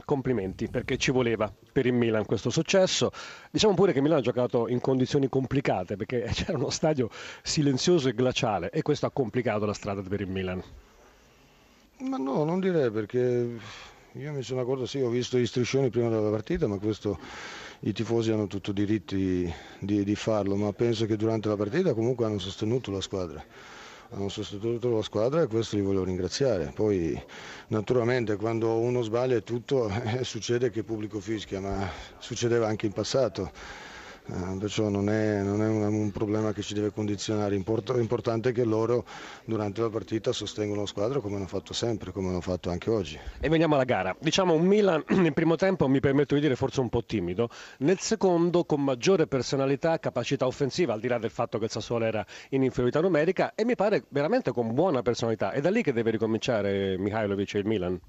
complimenti, perché ci voleva per il Milan questo successo. Diciamo pure che Milan ha giocato in condizioni complicate, perché c'era uno stadio silenzioso e glaciale, e questo ha complicato la strada per il Milan. Ma no, non direi, perché io mi sono accorto, sì, ho visto gli striscioni prima della partita, ma questo i tifosi hanno tutto diritto di farlo, ma penso che durante la partita comunque hanno sostenuto la squadra. Hanno sostenuto la squadra e questo li voglio ringraziare. Poi naturalmente quando uno sbaglia e tutto succede che il pubblico fischia, ma succedeva anche in passato. Perciò non è un problema che ci deve condizionare. L'importante è che loro durante la partita sostengono la squadra come hanno fatto sempre, come hanno fatto anche oggi. E veniamo alla gara. Diciamo un Milan nel primo tempo, mi permetto di dire, forse un po' timido, nel secondo con maggiore personalità, capacità offensiva, al di là del fatto che il Sassuolo era in inferiorità numerica, e mi pare veramente con buona personalità. È da lì che deve ricominciare Mihajlovic e il Milan.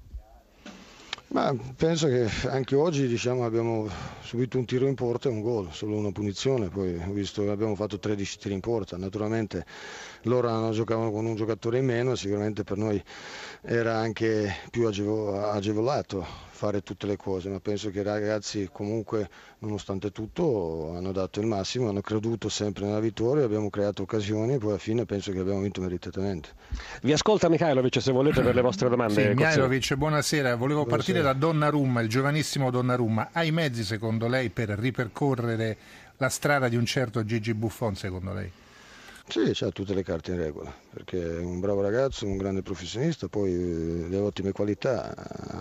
Ma penso che anche oggi, diciamo, abbiamo subito un tiro in porta e un gol, solo una punizione, poi ho visto che abbiamo fatto 13 tiri in porta. Naturalmente loro giocavano con un giocatore in meno, sicuramente per noi era anche più agevolato fare tutte le cose, ma penso che i ragazzi comunque nonostante tutto hanno dato il massimo, hanno creduto sempre nella vittoria, abbiamo creato occasioni e poi alla fine penso che abbiamo vinto meritatamente. Vi ascolta Mihajlovic se volete per le vostre domande. Sì, Mihajlovic, buonasera, volevo partire da Donnarumma, il giovanissimo Donnarumma. Ha i mezzi secondo lei per ripercorrere la strada di un certo Gigi Buffon secondo lei? Sì, ha tutte le carte in regola, perché è un bravo ragazzo, un grande professionista, poi le ottime qualità,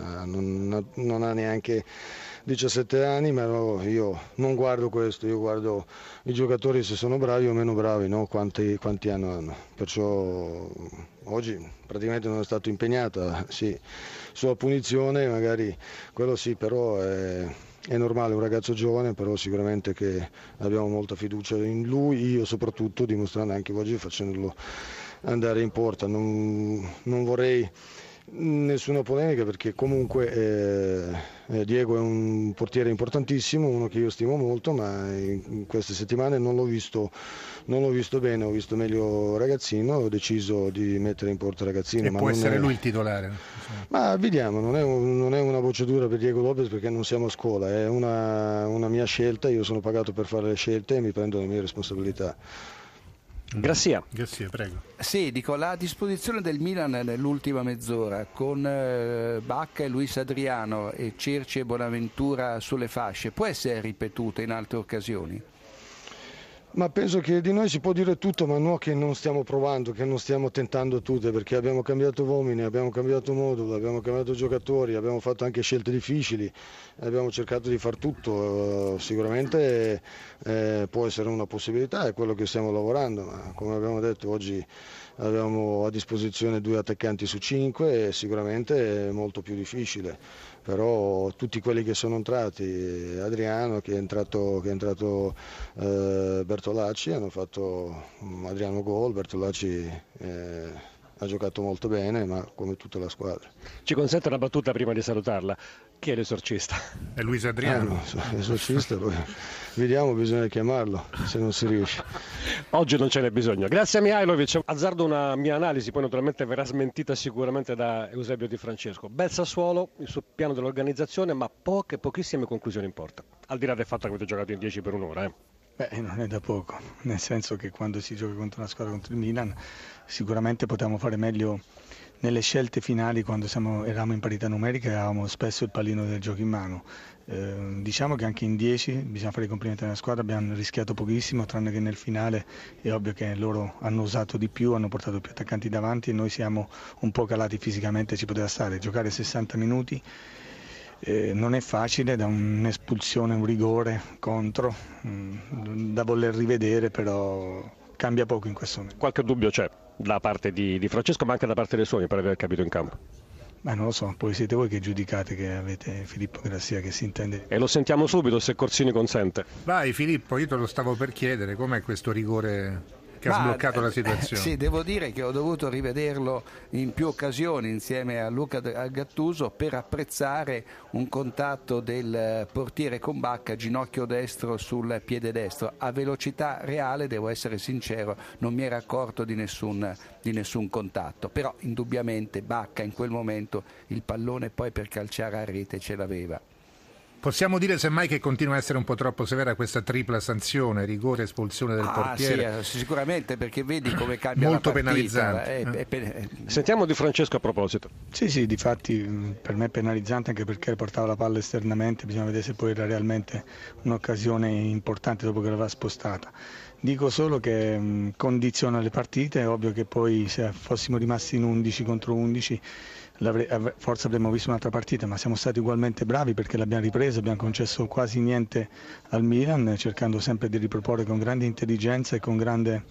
non ha neanche 17 anni, ma no, io non guardo questo, io guardo i giocatori se sono bravi o meno bravi, no? Quanti anni hanno. Perciò oggi praticamente non è stato impegnato, sì, sulla punizione magari quello sì, però è normale, un ragazzo giovane, però sicuramente che abbiamo molta fiducia in lui, io soprattutto, dimostrando anche oggi facendolo andare in porta. Non vorrei nessuna polemica, perché comunque Diego è un portiere importantissimo, uno che io stimo molto, ma in queste settimane non l'ho visto bene, ho visto meglio Ragazzino, ho deciso di mettere in porta Ragazzino. E ma può essere è... lui il titolare? Ma vediamo, non è una procedura per Diego Lopez, perché non siamo a scuola, è una mia scelta, io sono pagato per fare le scelte e mi prendo le mie responsabilità. Grazie, prego. Sì, dico, la disposizione del Milan nell'ultima mezz'ora con Bacca e Luis Adriano e Cerci e Bonaventura sulle fasce può essere ripetuta in altre occasioni? Ma penso che di noi si può dire tutto, ma no, che non stiamo provando, che non stiamo tentando tutte, perché abbiamo cambiato uomini, abbiamo cambiato modulo, abbiamo cambiato giocatori, abbiamo fatto anche scelte difficili, abbiamo cercato di far tutto. Sicuramente può essere una possibilità, è quello che stiamo lavorando, ma come abbiamo detto oggi abbiamo a disposizione 2 attaccanti su 5 e sicuramente è molto più difficile. Però tutti quelli che sono entrati, Adriano che è entrato Bertolacci, hanno fatto Adriano gol, Bertolacci ha giocato molto bene, ma come tutta la squadra. ci consente una battuta prima di salutarla. Chi è l'esorcista? È Luis Adriano. L'esorcista, poi vediamo, bisogna chiamarlo se non si riesce. Oggi non ce n'è bisogno. Grazie a Mihajlovic. Azzardo una mia analisi, poi naturalmente verrà smentita sicuramente da Eusebio Di Francesco. Bel Sassuolo, il suo piano dell'organizzazione, ma pochissime conclusioni in porta. Al di là del fatto che avete giocato in 10 per un'ora. Beh, non è da poco, nel senso che quando si gioca contro una squadra contro il Milan sicuramente potevamo fare meglio nelle scelte finali. Quando eravamo in parità numerica avevamo spesso il pallino del gioco in mano. Diciamo che anche in 10 bisogna fare i complimenti alla squadra, abbiamo rischiato pochissimo, tranne che nel finale è ovvio che loro hanno usato di più, hanno portato più attaccanti davanti e noi siamo un po' calati fisicamente, ci poteva stare. Giocare 60 minuti non è facile, da un'espulsione, un rigore contro, da voler rivedere, però cambia poco in questo momento. Qualche dubbio c'è da parte di Francesco, ma anche da parte dei suoi, per aver capito in campo. Ma non lo so, poi siete voi che giudicate, che avete Filippo Grassia che si intende. E lo sentiamo subito se Corsini consente. Vai Filippo, io te lo stavo per chiedere, com'è questo rigore che ha sbloccato la situazione. Sì, devo dire che ho dovuto rivederlo in più occasioni insieme a Luca Gattuso per apprezzare un contatto del portiere con Bacca, ginocchio destro sul piede destro. A velocità reale, devo essere sincero, non mi era accorto di nessun contatto, però indubbiamente Bacca in quel momento il pallone poi per calciare a rete ce l'aveva. Possiamo dire semmai che continua a essere un po' troppo severa questa tripla sanzione, rigore, espulsione del portiere? Sì, sicuramente, perché vedi come cambia molto la partita. penalizzante. Sentiamo Di Francesco a proposito. Sì, difatti per me è penalizzante anche perché portava la palla esternamente, bisogna vedere se poi era realmente un'occasione importante dopo che l'aveva spostata. Dico solo che condiziona le partite, è ovvio che poi se fossimo rimasti in 11 contro 11 forse avremmo visto un'altra partita, ma siamo stati ugualmente bravi perché l'abbiamo ripresa, abbiamo concesso quasi niente al Milan, cercando sempre di riproporre con grande intelligenza e con grande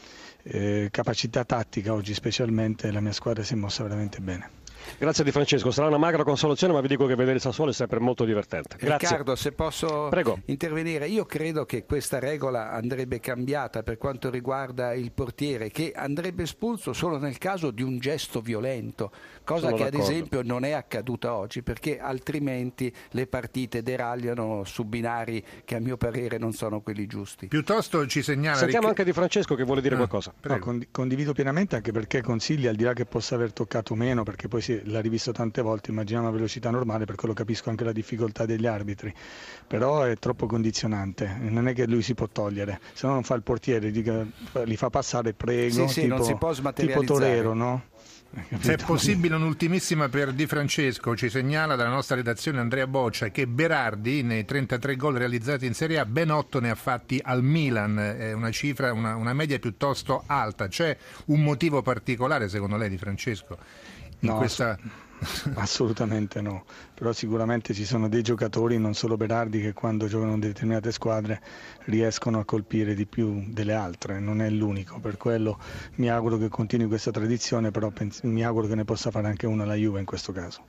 capacità tattica. Oggi specialmente la mia squadra si è mossa veramente bene. Grazie Di Francesco, sarà una magra consolazione, ma vi dico che vedere il Sassuolo è sempre molto divertente. Grazie. Riccardo, se posso Prego. intervenire, io credo che questa regola andrebbe cambiata per quanto riguarda il portiere, che andrebbe espulso solo nel caso di un gesto violento, cosa che ad esempio non è accaduta oggi, perché altrimenti le partite deragliano su binari che a mio parere non sono quelli giusti. Piuttosto ci segnala... Sentiamo anche Di Francesco che vuole dire qualcosa. No, condivido pienamente, anche perché Consigli, al di là che possa aver toccato meno, perché poi l'ha rivisto tante volte, immaginiamo una velocità normale, per quello capisco anche la difficoltà degli arbitri, però è troppo condizionante, non è che lui si può togliere, se no non fa il portiere, li fa passare, prego, sì, tipo, non si può smaterializzare. tipo torero, no? Se è possibile un'ultimissima per Di Francesco, ci segnala dalla nostra redazione Andrea Boccia che Berardi nei 33 gol realizzati in Serie A ben 8 ne ha fatti al Milan, è una cifra, una media piuttosto alta. C'è un motivo particolare secondo lei, Di Francesco, in questa... Assolutamente no, però sicuramente ci sono dei giocatori, non solo Berardi, che quando giocano in determinate squadre riescono a colpire di più delle altre, non è l'unico, per quello mi auguro che continui questa tradizione, però mi auguro che ne possa fare anche una la Juve in questo caso.